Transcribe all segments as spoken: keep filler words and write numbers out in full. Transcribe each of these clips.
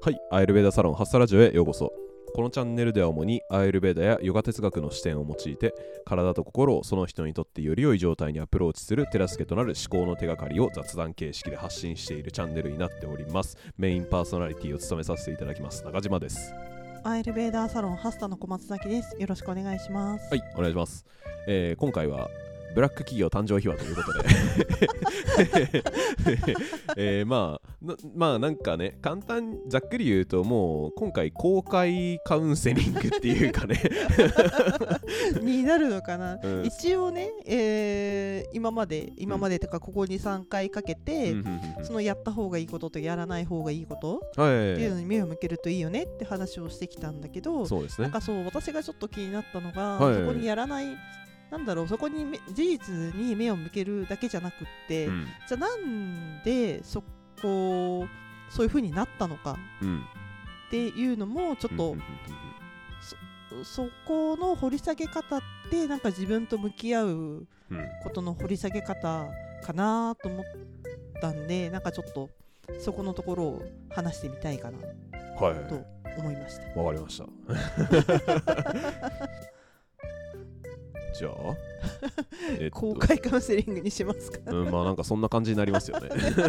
はい、アーユルヴェーダサロンハッサラジオへようこそ。このチャンネルでは主にアーユルヴェーダやヨガ哲学の視点を用いて、体と心をその人にとってより良い状態にアプローチする手助けとなる思考の手がかりを雑談形式で発信しているチャンネルになっております。メインパーソナリティを務めさせていただきます中島です。 アーユルヴェーダサロンハッサの小松崎です。よろしくお願いします。 はい、お願いします。えー、今回はブラック企業誕生秘話ということで、えー、まあなまあなんかね、簡単ざっくり言うと、もう今回公開カウンセリングっていうかねになるのかな、 うん、 一応ね、えー、今まで今までとかここにさんかいかけて、うん、そのやった方がいいこととやらない方がいいこと、はい、っていうのに目を向けるといいよねって話をしてきたんだけど、 そうですね、 なんかそう私がちょっと気になったのが、 はい、 そこにやらないなんだろうそこに事実に目を向けるだけじゃなくって、うん、じゃあなんでそこそういう風になったのかっていうのもちょっと、うん、そ, そこの掘り下げ方ってなんか自分と向き合うことの掘り下げ方かなと思ったんで、なんかちょっとそこのところを話してみたいかなと思いました。 わかりましたじゃあ、 えっと、公開カウンセリングにしますか、 うん、まあなんかそんな感じになりますよね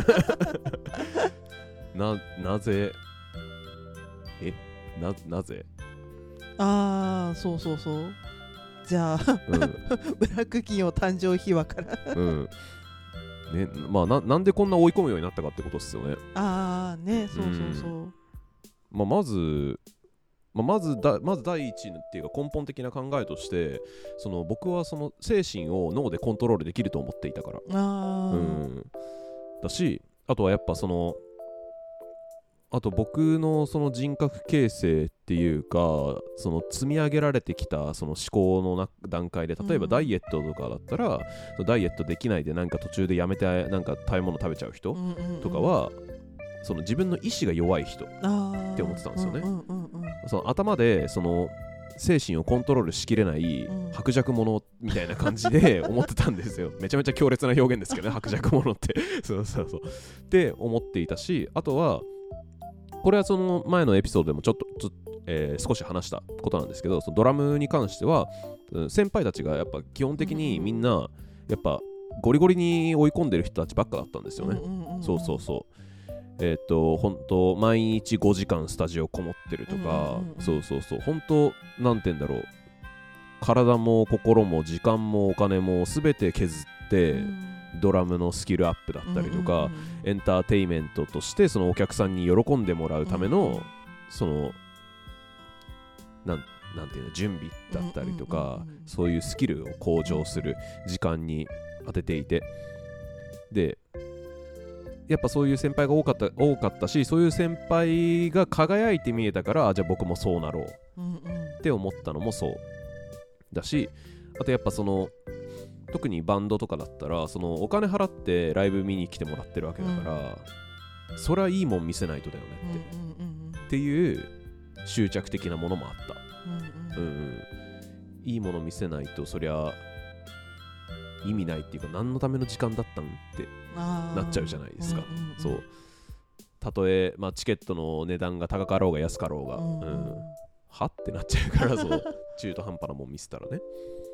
な, なぜえななぜああそうそうそうじゃあ、うん、ブラック企業誕生秘話からうんね、まあ な, なんでこんな追い込むようになったかってことですよね。 ああねそうそうそう、うん、 まあ、まずまあ、まずだまず第一っていうか根本的な考えとして、その僕はその精神を脳でコントロールできると思っていたから、 あ、 うん、だし、あとはやっぱそのあと僕のその人格形成っていうか、その積み上げられてきたその思考のな段階で、例えばダイエットとかだったら、うん、ダイエットできないでなんか途中でやめてなんか食べ物食べちゃう人とかは、うんうんうん、その自分の意志が弱い人って思ってたんですよね。うんうんうんうん、その頭でその精神をコントロールしきれない薄弱者みたいな感じで思ってたんですよ。めちゃめちゃ強烈な表現ですけどね、薄弱者ってそうそうそうって思っていたし、あとはこれはその前のエピソードでもちょっとちょ、えー、少し話したことなんですけど、そのドラムに関しては先輩たちがやっぱ基本的にみんなやっぱゴリゴリに追い込んでる人たちばっかだったんですよね。そうそうそうえっと本当毎日ごじかんスタジオこもってるとか、うんうんうん、そうそうそう本当なんて言うんだろう、体も心も時間もお金も全て削って、うん、ドラムのスキルアップだったりとか、うんうんうん、エンターテイメントとしてそのお客さんに喜んでもらうための、うんうん、そのなんなんていうの準備だったりとか、うんうんうんうん、そういうスキルを向上する時間に当てていて、でやっぱそういう先輩が多かった、多かったし、そういう先輩が輝いて見えたから、じゃあ僕もそうなろうって思ったのもそうだし、あとやっぱその特にバンドとかだったら、そのお金払ってライブ見に来てもらってるわけだから、うん、そりゃいいもん見せないとだよねって、うんうんうん、っていう執着的なものもあった、うんうんうん、いいもの見せないとそりゃ意味ないっていうか、何のための時間だったんってなっちゃうじゃないですか、うんうんうん、そうたとえ、まあ、チケットの値段が高かろうが安かろうが、うんうん、はってなっちゃうからそう中途半端なもん見せたらね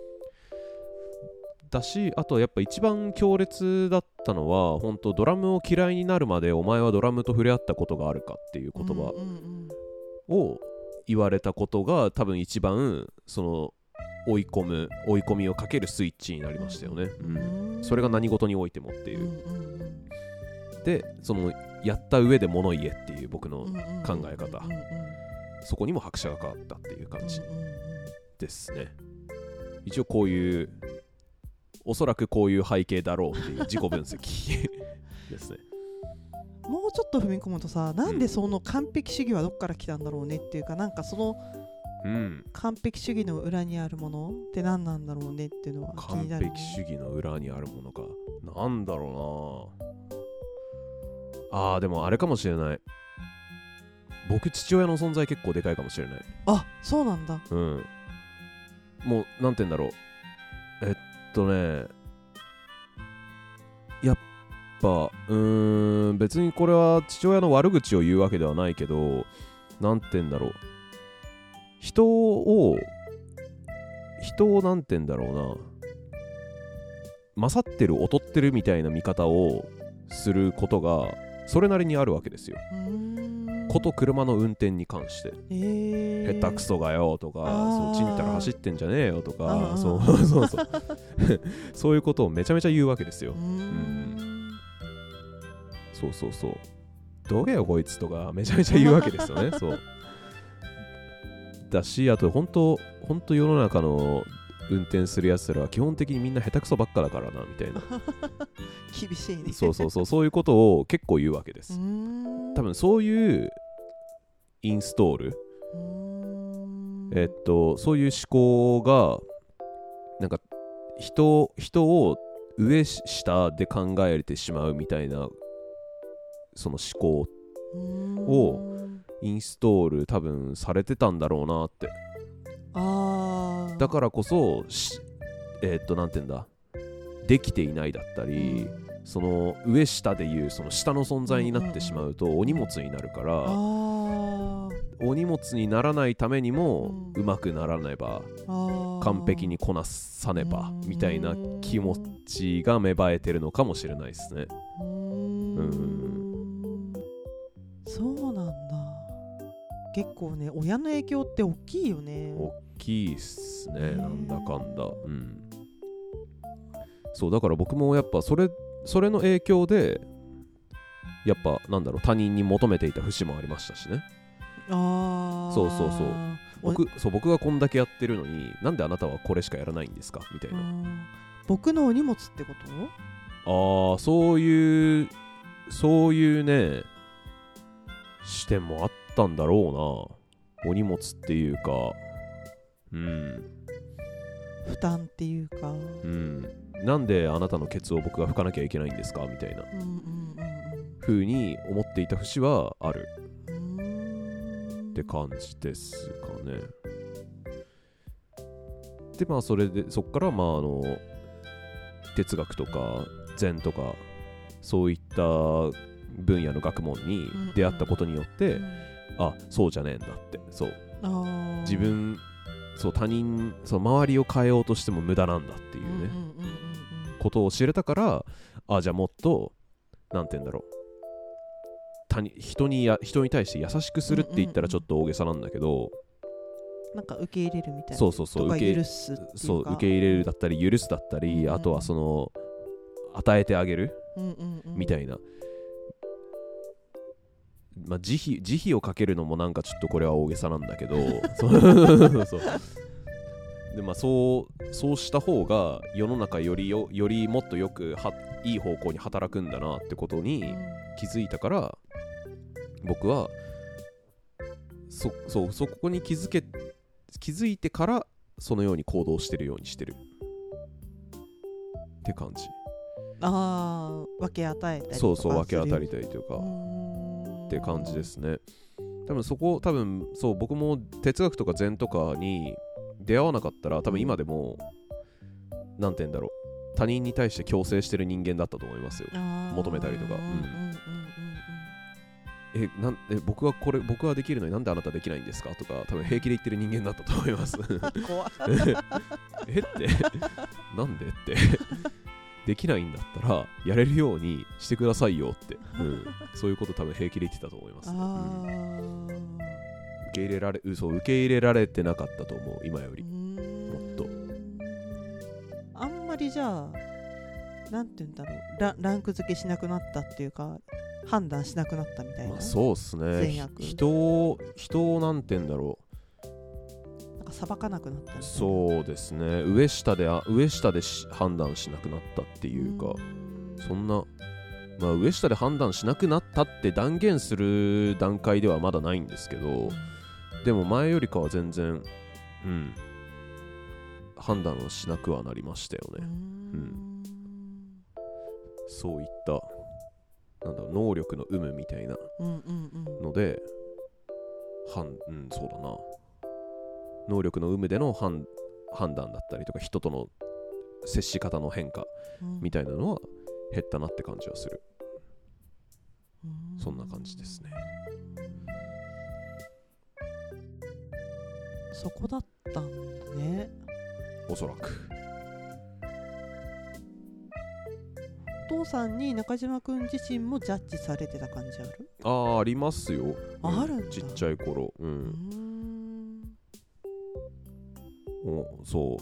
だし、あとやっぱ一番強烈だったのは本当ドラムを嫌いになるまでお前はドラムと触れ合ったことがあるかっていう言葉を言われたことが多分一番その追い込む追い込みをかけるスイッチになりましたよね、うんうん、それが何事においてもっていう、うんうんうん、でそのやった上で物言えっていう僕の考え方、うんうんうん、そこにも拍車がかかったっていう感じですね。一応こういうおそらくこういう背景だろうっていう自己分析ですね。 もうちょっと踏み込むとさ、なんでその完璧主義はどっから来たんだろうねっていうか、なんかそのうん、完璧主義の裏にあるものって何なんだろうねっていうのは気になる、ね、 完璧主義の裏にあるものか、なんだろうなあ。ーでもあれかもしれない、僕父親の存在結構でかいかもしれない。 あ、そうなんだ。 うん、もうなんて言うんだろう、えっとねやっぱうーん別にこれは父親の悪口を言うわけではないけど、なんて言うんだろう、人を人をなんて言うんだろうな、勝ってる劣ってるみたいな見方をすることがそれなりにあるわけですよ。こと車の運転に関して、えー、下手くそがよとか、そうちんたら走ってんじゃねえよとか、そうそうそうそういうことをめちゃめちゃ言うわけですよ。うん、そうそうそう、どげよこいつとかめちゃめちゃ言うわけですよね。そうだし、あと本当本当世の中の運転するやつらは基本的にみんな下手くそばっかだからなみたいな厳しいね。 そうそうそう、そういうことを結構言うわけです。多分そういうインストール、えっとそういう思考がなんか人人を上下で考えてしまうみたいなその思考をインストール多分されてたんだろうなって。あだからこそえー、っとなんて言うんだ、できていないだったり、その上下でいうその下の存在になってしまうとお荷物になるから、お荷物にならないためにもうまくならねば、完璧にこなさねばみたいな気持ちが芽生えてるのかもしれないですね。うーん、 そうなんだ。結構ね、親の影響って大きいよね。 大きいっすね、なんだかんだ。うん。そうだから僕もやっぱそれそれの影響でやっぱなんだろう、他人に求めていた節もありましたしね。ああ。そうそうそう。僕そう僕がこんだけやってるのになんであなたはこれしかやらないんですかみたいな。 僕のお荷物ってこと？ ああ、そういうそういうね視点もあったんだろうな。お荷物っていうか、うん、 負担っていうか、うん、なんであなたのケツを僕が拭かなきゃいけないんですかみたいな風に思っていた節はあるって感じですかね。でまあそれでそっからまああの哲学とか禅とかそういった分野の学問に出会ったことによって、うんうん、あ、そうじゃねえんだって、そう自分そう他人そう周りを変えようとしても無駄なんだっていうね、うんうんうんうん、ことを知れたから、あ、じゃあもっとなんて言うんだろう、他に人にや人に対して優しくするって言ったらちょっと大げさなんだけど、うんうんうん、 なんか受け入れるみたいな、 そうそうそう、 受け許すっていうか、 そう受け入れるだったり許すだったり、うんうん、あとはその与えてあげる、うんうんうん、みたいな、まあ、慈悲、慈悲をかけるのもなんかちょっとこれは大げさなんだけどそうそうで、まあ、そうそうした方が世の中よりよよりもっとよくはいい方向に働くんだなってことに気づいたから、僕はそそうそこに気づけ気づいてからそのように行動してるようにしてるって感じ。 ああ、分け与えたりとか、 そうそう、分け与えたりとかって感じですね。多分そこ多分そう僕も哲学とか禅とかに出会わなかったら多分今でもなんて言うんだろう、他人に対して強制してる人間だったと思いますよ。求めたりとか、うんうんうんうん、えなんえ僕はこれ僕はできるのになんであなたできないんですかとか多分平気で言ってる人間だったと思います怖えってなんでってできないんだったらやれるようにしてくださいよって、うん、そういうこと多分平気で言ってたと思います、ね、うん、受け入れられ嘘受け入れられてなかったと思う今よりもっと。 あんまりじゃあなんて言うんだろう、ラ、ランク付けしなくなったっていうか判断しなくなったみたいな、まあ、 そうっすね。人を人をなんて言うんだろう、 裁かなくなった、ね、 そうですね、上下で上下で判断しなくなったっていうか、うんそんな、まあ、上下で判断しなくなったって断言する段階ではまだないんですけど、うん、でも前よりかは全然、うん、判断をしなくはなりましたよね。うん、うん、そういったなんだろう能力の有無みたいなので、うんうんうん、うん、そうだな、能力の有無での 判, 判断だったりとか人との接し方の変化みたいなのは減ったなって感じはする。 そんな感じですね。 そこだったんだね。 おそらく。 お父さんに中島くん自身もジャッジされてた感じある？ ああ、ありますよ。 あるんだ。 ちっちゃい頃。うん。うーん、お、そう。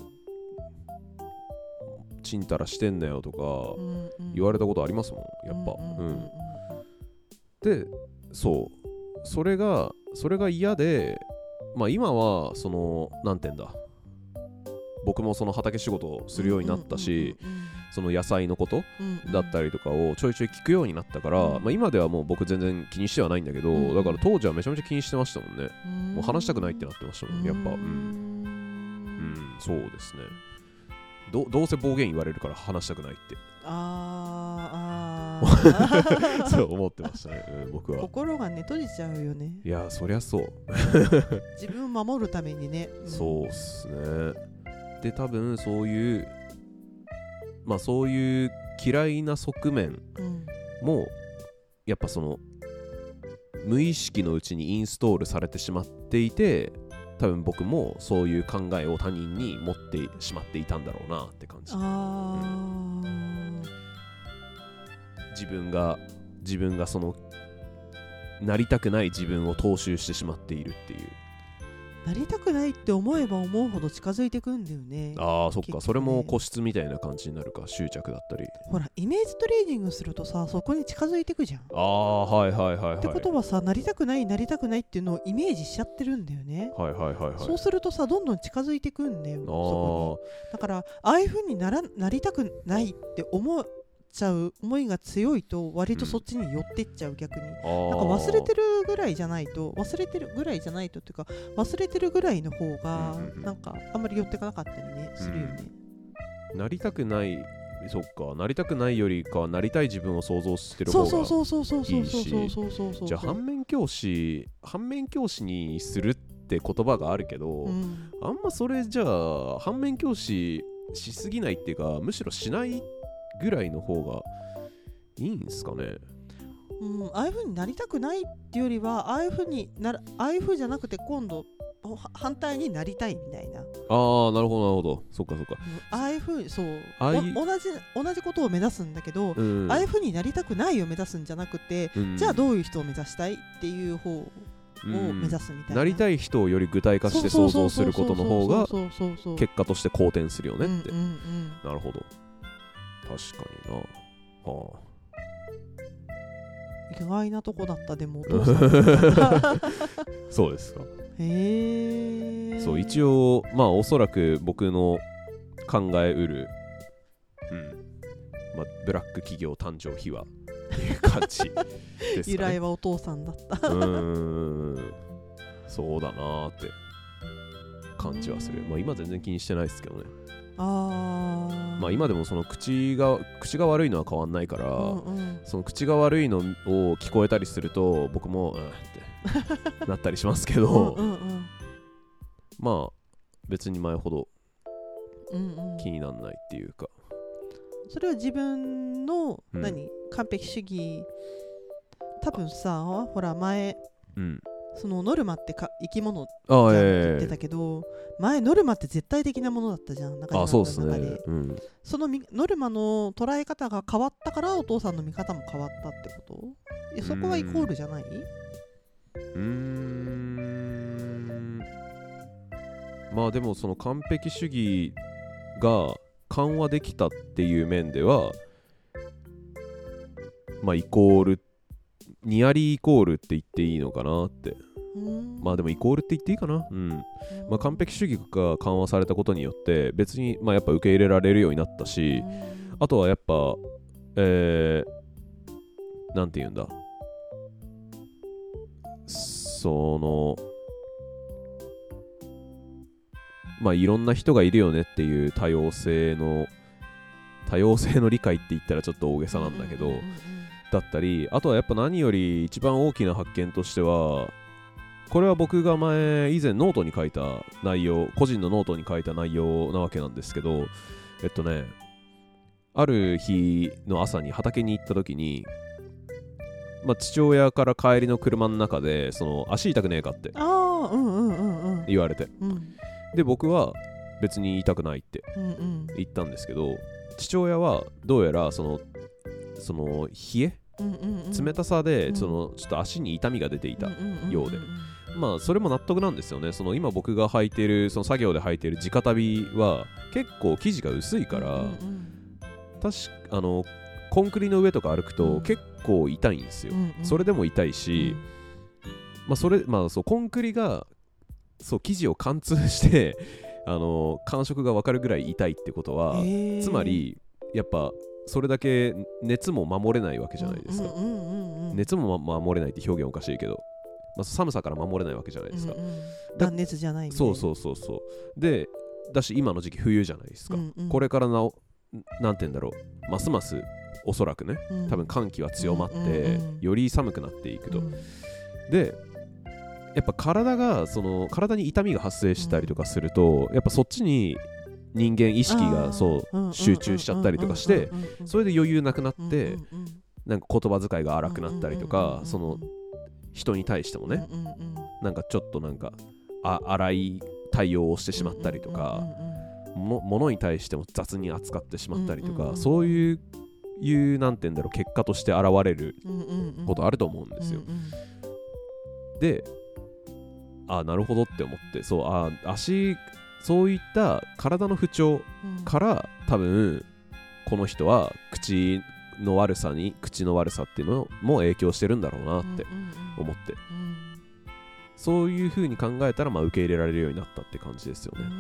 ちんたらしてんなよとか言われたことありますもん、やっぱ。うん。で、そう。それが、それが嫌で、まあ今は、その、なんてんだ。僕もその畑仕事をするようになったし、その野菜のことだったりとかをちょいちょい聞くようになったから、うんうん、まあ、今ではもう僕全然気にしてはないんだけど、うん、だから当時はめちゃめちゃ気にしてましたもんね。うん、もう話したくないってなってましたもん、やっぱ。うん、うん、そうですね。ど, どうせ暴言言われるから話したくないって。 あーあそう思ってましたね、うん、僕は。 心がね閉じちゃうよね。 いやそりゃそう自分を守るためにね、 うん、そうっすね。で多分そういうまあそういう嫌いな側面も、うん、やっぱその無意識のうちにインストールされてしまっていて、多分僕もそういう考えを他人に持ってしまっていたんだろうなって感じ。あ、うん、自分が自分がそのなりたくない自分を踏襲してしまっているっていう。 なりたくないって思えば思うほど近づいてくんだよね。 ああそっか、ね、それも個室みたいな感じになるか、執着だったり。 ほらイメージトレーニングするとさ、そこに近づいてくじゃん。 ああはいはいはいはい。 ってことはさ、なりたくないなりたくないっていうのをイメージしちゃってるんだよね。 はいはいはいはい。 そうするとさ、どんどん近づいてくんだよ。そこにだからああいう風にならなりたくないって思うちゃう思いが強いと割とそっちに寄ってっちゃう、うん、逆に。なんか忘れてるぐらいじゃないと忘れてるぐらいじゃないとっていうか忘れてるぐらいの方がなんかあんまり寄ってかなかったりねするよね、 うん、なりたくない、そっか、なりたくないよりかはなりたい自分を想像してる方がいいし、 そうそうそうそうそうそうそうそうそう。 じゃあ反面教師反面教師にするって言葉があるけど、うん、あんまそれじゃあ反面教師しすぎないっていうか、むしろしないぐらいの方がいいんですかね。 うん、ああいう風になりたくないっていうよりは、ああいう風になる、ああいう風じゃなくて今度反対になりたいみたいな。 ああなるほどなるほど、そっかそっか。 ああいう風にそう同じ同じことを目指すんだけど、うん、ああいう風になりたくないを目指すんじゃなくて、うん、じゃあどういう人を目指したいっていう方を目指すみたいな、 なりたい人をより具体化して想像することの方が結果として好転するよねって。なるほど、確かにな。はあ、 意外なとこだった。でもお父さんそうですか。 へえ。 そう一応まあおそらく僕の考えうる、うんまあ、ブラック企業誕生秘話っていう感じですかね。 由来はお父さんだったうーんそうだなーって感じはする。まあ今全然気にしてないですけどね。あまあ今でもその口が口が悪いのは変わんないから、うんうん、その口が悪いのを聞こえたりすると僕もうんってなったりしますけどうん、うん、まあ別に前ほど気にならないっていうか、 うんうん、それは自分の、うん、何完璧主義。多分さほら前、うんそのノルマってか生き物って言ってたけど、えー、前ノルマって絶対的なものだったじゃん。 あ、そうですね、うん、 そのノルマの捉え方が変わったからお父さんの見方も変わったってこと？そこはイコールじゃない？ うーんまあでもその完璧主義が緩和できたっていう面ではまあイコールニアリーイコールって言っていいのかなって。まあでもイコールって言っていいかな。うん。まあ完璧主義が緩和されたことによって別にまあやっぱ受け入れられるようになったし、あとはやっぱえー、なんて言うんだ。そのまあいろんな人がいるよねっていう多様性の多様性の理解って言ったらちょっと大げさなんだけど。だったり、あとはやっぱ何より一番大きな発見としては、これは僕が前以前ノートに書いた内容、個人のノートに書いた内容なわけなんですけど、えっとねある日の朝に畑に行った時にまあ、父親から帰りの車の中でその足痛くねえかって言われて、 うん、 で僕は別に痛くないって言ったんですけど、うんうん、父親はどうやらそのその冷え、うんうんうん、冷たさでそのちょっと足に痛みが出ていたようで、まあそれも納得なんですよね。その今僕が履いてるその作業で履いてる直旅は結構生地が薄いから、うんうんうん、確かあのコンクリの上とか歩くと結構痛いんですよ、うんうん、それでも痛いし、うん、まあそれまあそうコンクリがそう生地を貫通してあの感触が分かるぐらい痛いってことは、つまりやっぱそれだけ熱も守れないわけじゃないですか、うんうんうんうん、熱も、ま、守れないって表現おかしいけど、まあ、寒さから守れないわけじゃないですか、うんうん、 断熱じゃないみたいな。 そうそうそうそうでだし今の時期冬じゃないですか、うんうん、これからなおなんて言うんだろう、ますますおそらくね、うん、多分寒気は強まって、うんうんうん、より寒くなっていくと、うん、でやっぱ体がその体に痛みが発生したりとかすると、うん、やっぱそっちに人間意識がそう集中しちゃったりとかして、それで余裕なくなって、なんか言葉遣いが荒くなったりとか、その人に対してもね、なんかちょっとなんかあ荒い対応をしてしまったりとか、も物に対しても雑に扱ってしまったりとか、そういういうなんて言うんだろう結果として現れることあると思うんですよ。で、あなるほどって思って、そうあ足そういった体の不調から、うん、多分この人は口の悪さに口の悪さっていうのも影響してるんだろうなって思って、うんうんうん、そういう風に考えたらまあ受け入れられるようになったって感じですよね。うん、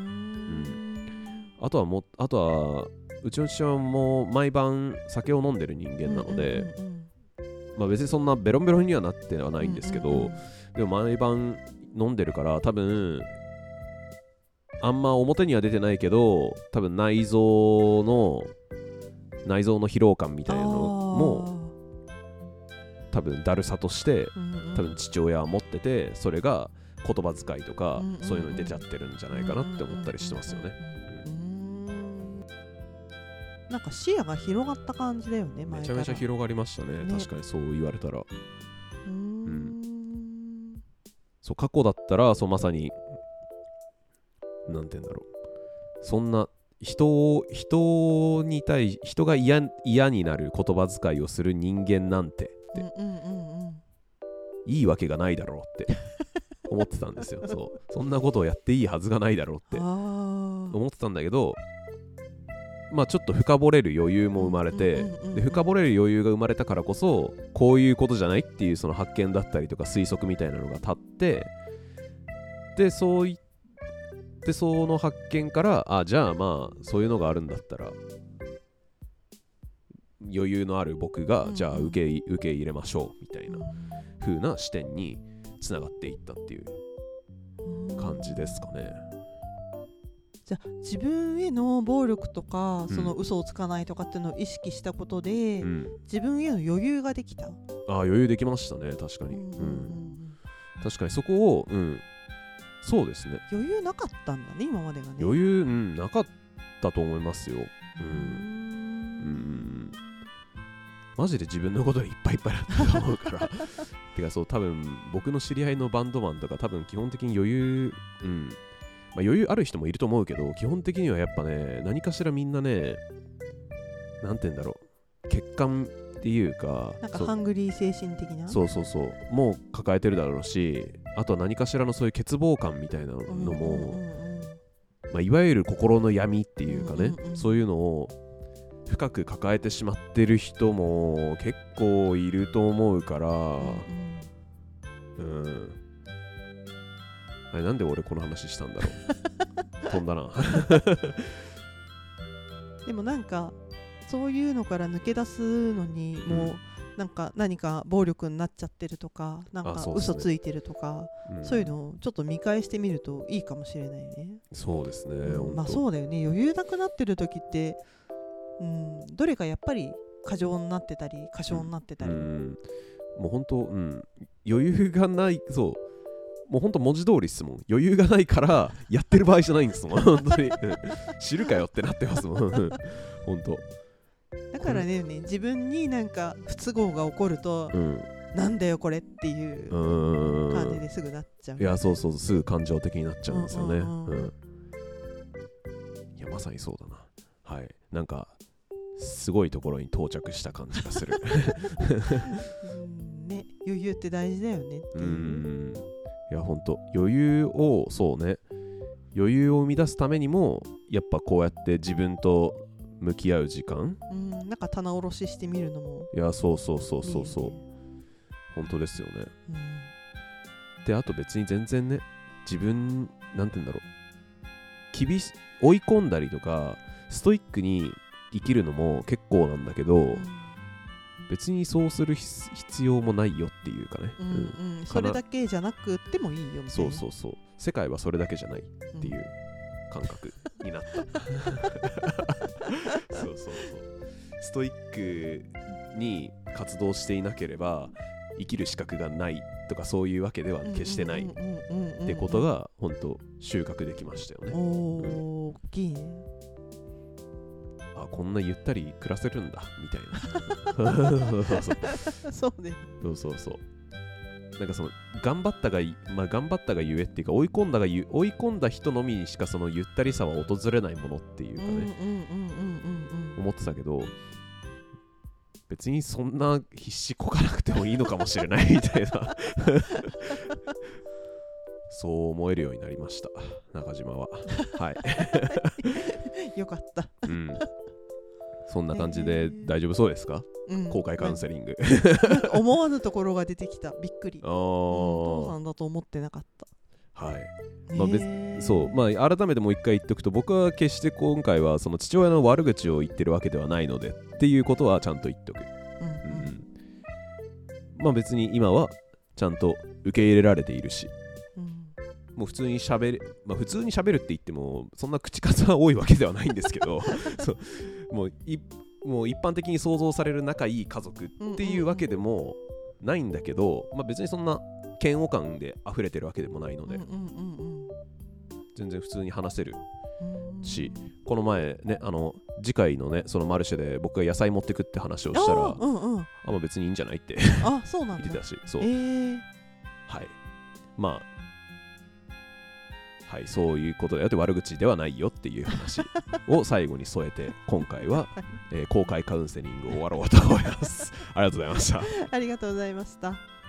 あとはもあとはうちの父親も毎晩酒を飲んでる人間なので、うんうんうん、まあ別にそんなベロンベロンにはなってはないんですけど、うんうんうん、でも毎晩飲んでるから多分あんま表には出てないけど多分内臓の内臓の疲労感みたいなのも多分だるさとして多分父親は持ってて、それが言葉遣いとかそういうのに出ちゃってるんじゃないかなって思ったりしてますよね。 なんか視野が広がった感じだよね。 めちゃめちゃ広がりました ね, ね確かにそう言われたら、うーん、うん、そう過去だったらそうまさになんて言うんだろう、そんな人を人に対し人が嫌になる言葉遣いをする人間なんてって、うんうんうんうん、いいわけがないだろうって思ってたんですよ。そうそんなことをやっていいはずがないだろうって思ってたんだけど、まあちょっと深掘れる余裕も生まれて、で深掘れる余裕が生まれたからこそこういうことじゃないっていうその発見だったりとか推測みたいなのが立って、でそういでその発見からあじゃあまあそういうのがあるんだったら余裕のある僕が、うん、じゃあ受け、受け入れましょうみたいな風な視点につながっていったっていう感じですかね。 じゃあ自分への暴力とか、うん、その嘘をつかないとかっていうのを意識したことで、うん、自分への余裕ができた。あ余裕できましたね確かに、うんうんうん、確かにそこを、うん、そうですね余裕なかったんだね今までがね。 余裕、うん、なかったと思いますよ。うんうんマジで自分のことでいっぱいいっぱいだったと思うからてかそう多分僕の知り合いのバンドマンとか多分基本的に余裕うんまあ、余裕ある人もいると思うけど基本的にはやっぱね何かしらみんなねなんて言うんだろう欠陥っていうかなんかハングリー精神的なそうそうそうもう抱えてるだろうし、あとは何かしらのそういう欠乏感みたいなのも、うんうんうんうんまあ、いわゆる心の闇っていうかね、うんうんうん、そういうのを深く抱えてしまってる人も結構いると思うから、うん、うんうんあれなんで俺この話したんだろう飛んだなでもなんかそういうのから抜け出すのにもう、うん、なんか何か暴力になっちゃってるとかなんか嘘ついてるとかそう、ねうん、そういうのをちょっと見返してみるといいかもしれないね。 そうですね、 うん、まあそうだよね。余裕なくなってる時って、うん、どれかやっぱり過剰になってたり過小になってたり、うんうん、 もう本当、うん、余裕がないそうもうほんと文字通りっすもん。余裕がないからやってる場合じゃないんですもん本当に知るかよってなってますもん本当だからね自分になんか不都合が起こると、うん、 なんだよこれっていう感じですぐなっちゃう。 いやそうそうすぐ感情的になっちゃうんですよね。 うんうんうんうん、いやまさにそうだな。はい、なんかすごいところに到着した感じがする。 うんね、余裕って大事だよねっていう。 うんいや本当余裕をそうね余裕を生み出すためにもやっぱこうやって自分と向き合う時間、 うん、なんか棚卸ししてみるのもいやそうそうそうそうそう、 ね、 本当ですよね、 うん、 であと別に全然ね自分なんて言うんだろう厳し追い込んだりとかストイックに生きるのも結構なんだけど、うん、別にそうする必要もないよっていうかね、 うんうんうん、それだけじゃなくてもいいよみたいな。 そうそうそう世界はそれだけじゃないっていう感覚になった、そうそうそうストイックに活動していなければ生きる資格がないとかそういうわけでは決してないってことが本当収穫できましたよね。 おー、うん、大きいね。 あこんなゆったり暮らせるんだみたいな。 そうね。 そうそうそうなんかその頑張ったが、まあ、頑張ったがゆえっていうか追い込んだがゆ追い込んだ人のみにしかそのゆったりさは訪れないものっていうかね思ってたけど別にそんな必死こかなくてもいいのかもしれないみたいなそう思えるようになりました中島は。はいよかった、 うん、そんな感じで大丈夫そうですか、うん、公開カウンセリング。 思わぬところが出てきたびっくり。あ、うん、お父さんだと思ってなかった。 はい、まあ、別そうまあ改めてもう一回言っておくと僕は決して今回はその父親の悪口を言ってるわけではないのでっていうことはちゃんと言っておく、うんうんうん、まあ別に今はちゃんと受け入れられているし、うん、もう普通に喋るまあ普通に喋るって言ってもそんな口数は多いわけではないんですけどそうもういもう一般的に想像される仲いい家族っていうわけでもないんだけど、まあ別にそんな嫌悪感で溢れてるわけでもないので、うんうんうんうん、全然普通に話せるし、この前ねあの次回のねそのマルシェで僕が野菜持ってくって話をしたらあ、うんうん、あまあ別にいいんじゃないってあそうなんだ言ってたしそう、 えー、 はいまあはいそういうことだよって悪口ではないよっていう話を最後に添えて今回は、えー、公開カウンセリングを終わろうと思います。ありがとうございました。 ありがとうございました。